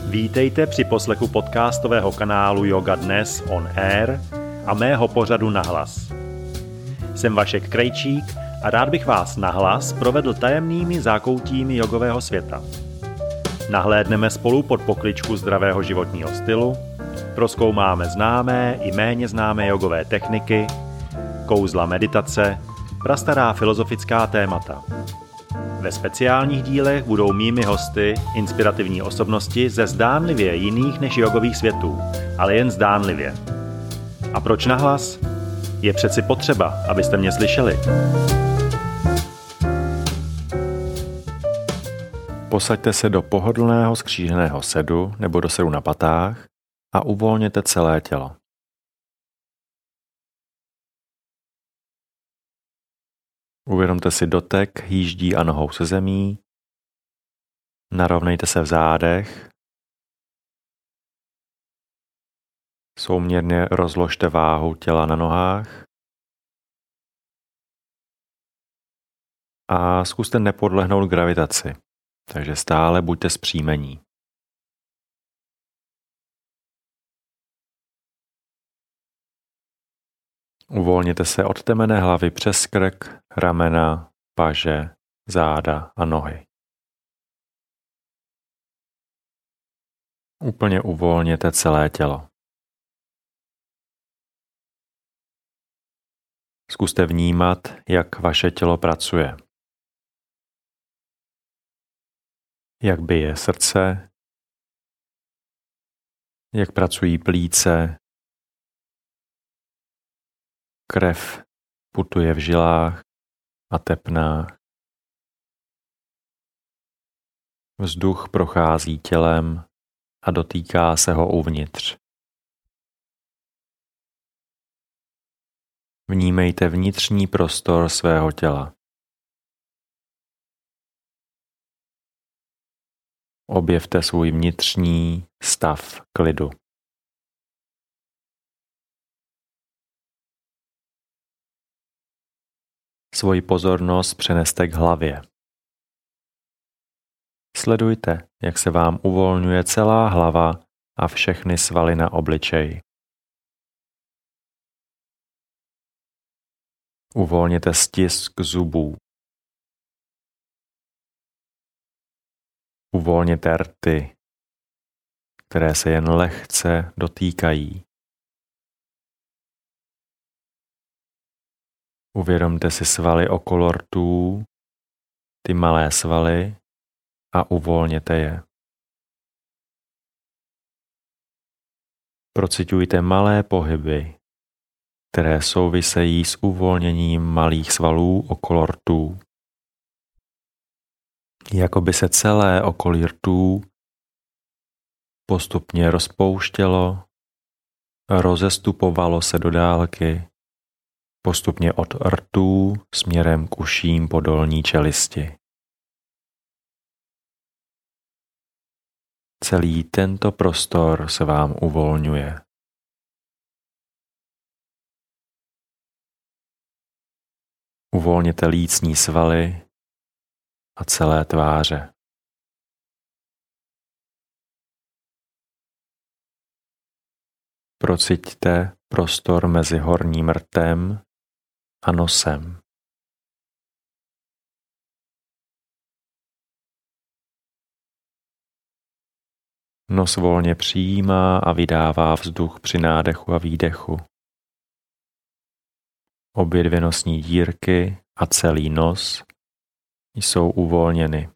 Vítejte při poslechu podcastového kanálu Yoga Dnes on Air a mého pořadu Nahlas. Jsem Vašek Krejčík a rád bych vás nahlas provedl tajemnými zákoutími jogového světa. Nahlédneme spolu pod pokličku zdravého životního stylu, prozkoumáme známé i méně známé jogové techniky, kouzla meditace, prastará filozofická témata. Ve speciálních dílech budou mými hosty inspirativní osobnosti ze zdánlivě jiných než jogových světů, ale jen zdánlivě. A proč nahlas? Je přeci potřeba, abyste mě slyšeli. Posaďte se do pohodlného skříženého sedu nebo do sedu na patách a uvolněte celé tělo. Uvědomte si dotek hýždí a nohou se zemí. Narovnejte se v zádech. Souměrně rozložte váhu těla na nohách. A zkuste nepodlehnout gravitaci, takže stále buďte zpříjmení. Uvolněte se od temene hlavy přes krk, ramena, paže, záda a nohy. Úplně uvolněte celé tělo. Zkuste vnímat, jak vaše tělo pracuje. Jak bije srdce, jak pracují plíce, krev putuje v žilách a tepnách. Vzduch prochází tělem a dotýká se ho uvnitř. Vnímejte vnitřní prostor svého těla. Objevte svůj vnitřní stav klidu. Svoji pozornost přeneste k hlavě. Sledujte, jak se vám uvolňuje celá hlava a všechny svaly na obličeji. Uvolněte stisk zubů. Uvolněte rty, které se jen lehce dotýkají. Uvědomte si svaly okolo rtů, ty malé svaly, a uvolněte je. Prociťujte malé pohyby, které souvisejí s uvolněním malých svalů okolo rtů. Jako by se celé okolí rtů postupně rozpouštělo, rozestupovalo se do dálky, postupně od rtů směrem k uším podolní čelisti. Celý tento prostor se vám uvolňuje. Uvolněte lícní svaly a celé tváře. Prociťte prostor mezi horním rtem a nosem. Nos volně přijímá a vydává vzduch při nádechu a výdechu. Obě dvě nosní dírky a celý nos jsou uvolněny.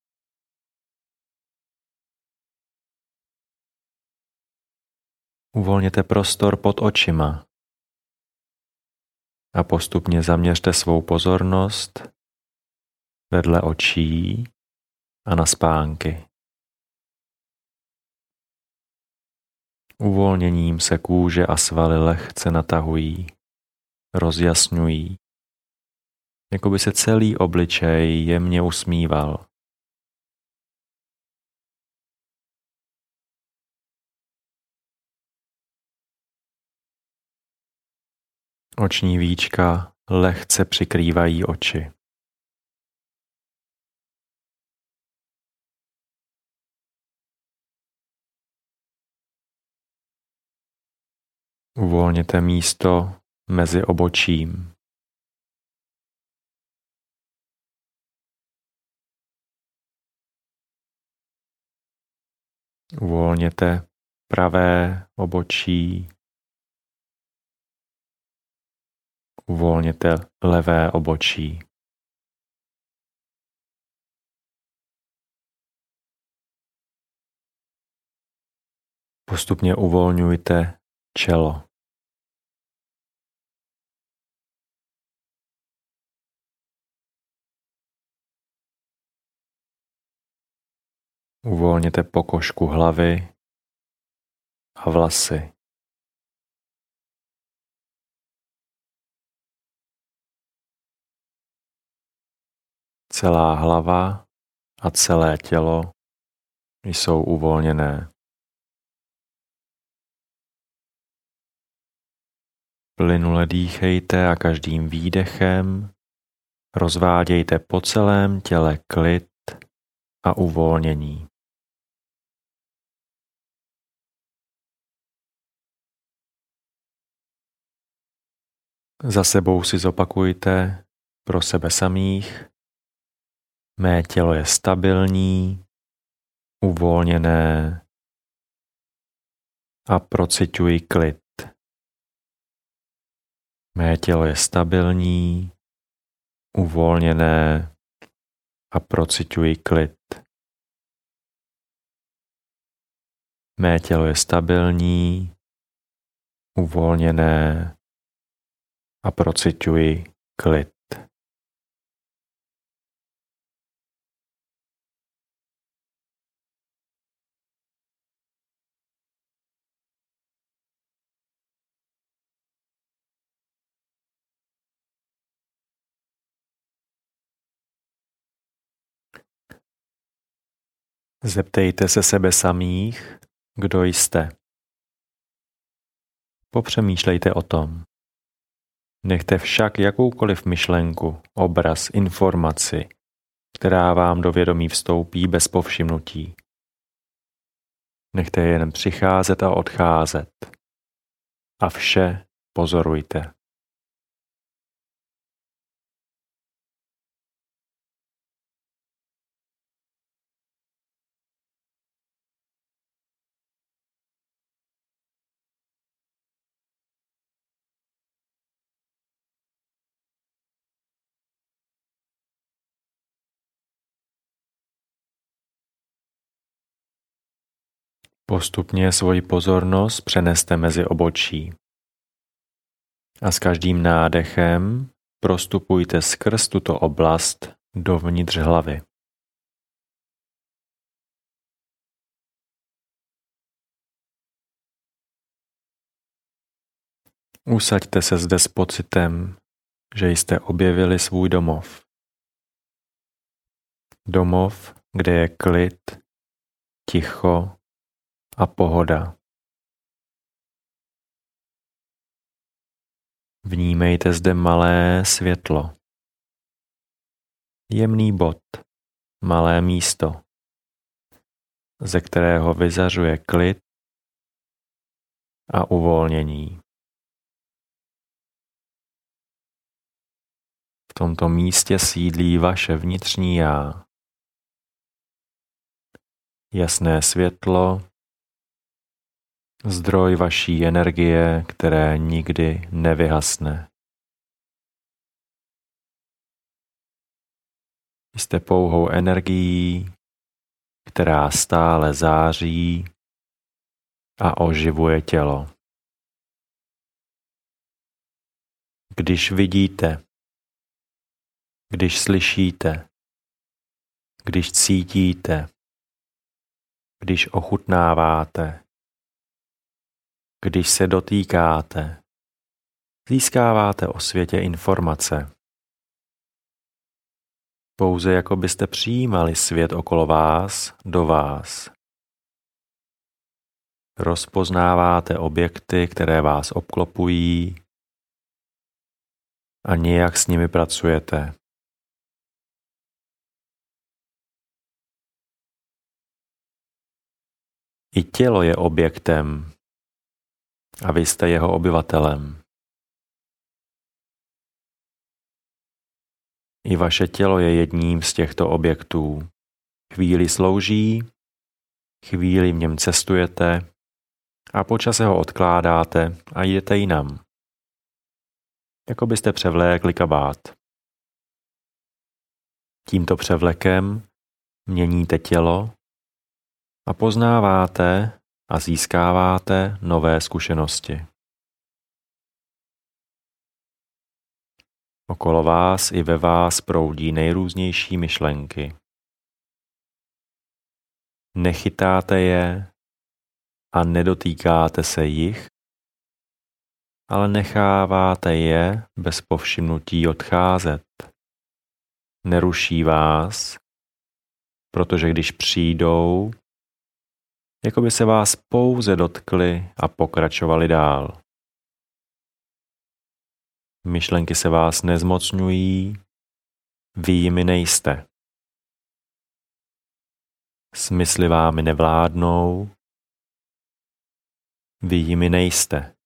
Uvolněte prostor pod očima a postupně zaměřte svou pozornost vedle očí a na spánky. Uvolněním se kůže a svaly lehce natahují, rozjasňují, jako by se celý obličej jemně usmíval. Oční víčka lehce přikrývají oči. Uvolněte místo mezi obočím. Uvolněte pravé obočí. Uvolněte levé obočí. Postupně uvolňujte čelo. Uvolněte pokožku hlavy a vlasy. Celá hlava a celé tělo jsou uvolněné. Plynule dýchejte a každým výdechem rozvádějte po celém těle klid a uvolnění. Za sebou si zopakujte pro sebe samých: mé tělo je stabilní, uvolněné a prociťuji klid. Mé tělo je stabilní, uvolněné a prociťuji klid. Mé tělo je stabilní, uvolněné a prociťuji klid. Zeptejte se sebe samých, kdo jste. Popřemýšlejte o tom. Nechte však jakoukoliv myšlenku, obraz, informaci, která vám do vědomí vstoupí, bez povšimnutí. Nechte je jen přicházet a odcházet. A vše pozorujte. Postupně svoji pozornost přeneste mezi obočí. A s každým nádechem prostupujte skrz tuto oblast dovnitř hlavy. Usaďte se zde s pocitem, že jste objevili svůj domov. Domov, kde je klid, ticho a pohoda. Vnímejte zde malé světlo. Jemný bod, malé místo, ze kterého vyzařuje klid a uvolnění. V tomto místě sídlí vaše vnitřní já. Jasné světlo, zdroj vaší energie, které nikdy nevyhasne. Jste pouhou energií, která stále září a oživuje tělo. Když vidíte, když slyšíte, když cítíte, když ochutnáváte, když se dotýkáte, získáváte o světě informace. Pouze jako byste přijímali svět okolo vás do vás. Rozpoznáváte objekty, které vás obklopují, a nějak s nimi pracujete. I tělo je objektem, a vy jste jeho obyvatelem. I vaše tělo je jedním z těchto objektů. Chvíli slouží, chvíli v něm cestujete a po čase ho odkládáte a jdete jinam. Jako byste převlékli kabát. Tímto převlekem měníte tělo a poznáváte a získáváte nové zkušenosti. Okolo vás i ve vás proudí nejrůznější myšlenky. Nechytáte je a nedotýkáte se jich, ale necháváte je bez povšimnutí odcházet. Neruší vás, protože když přijdou, jako by se vás pouze dotkli a pokračovali dál. Myšlenky se vás nezmocňují, vy jimi nejste. Smysly vámi nevládnou, vy jimi nejste.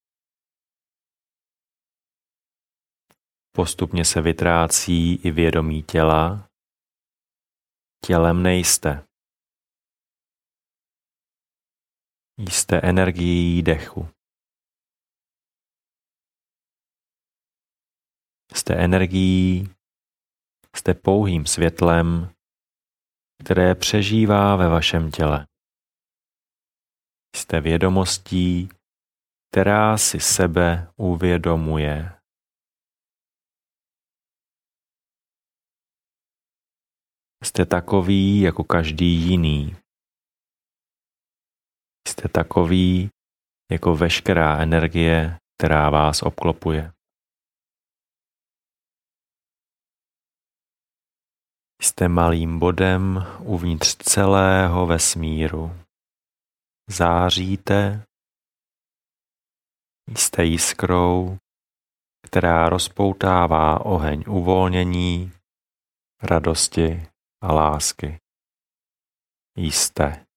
Postupně se vytrácí i vědomí těla, tělem nejste. Jste energií dechu. Jste energií, jste pouhým světlem, které přežívá ve vašem těle. Jste vědomostí, která si sebe uvědomuje. Jste takový jako každý jiný. Jste takový jako veškerá energie, která vás obklopuje. Jste malým bodem uvnitř celého vesmíru. Záříte, jste jiskrou, která rozpoutává oheň uvolnění, radosti a lásky. Jste.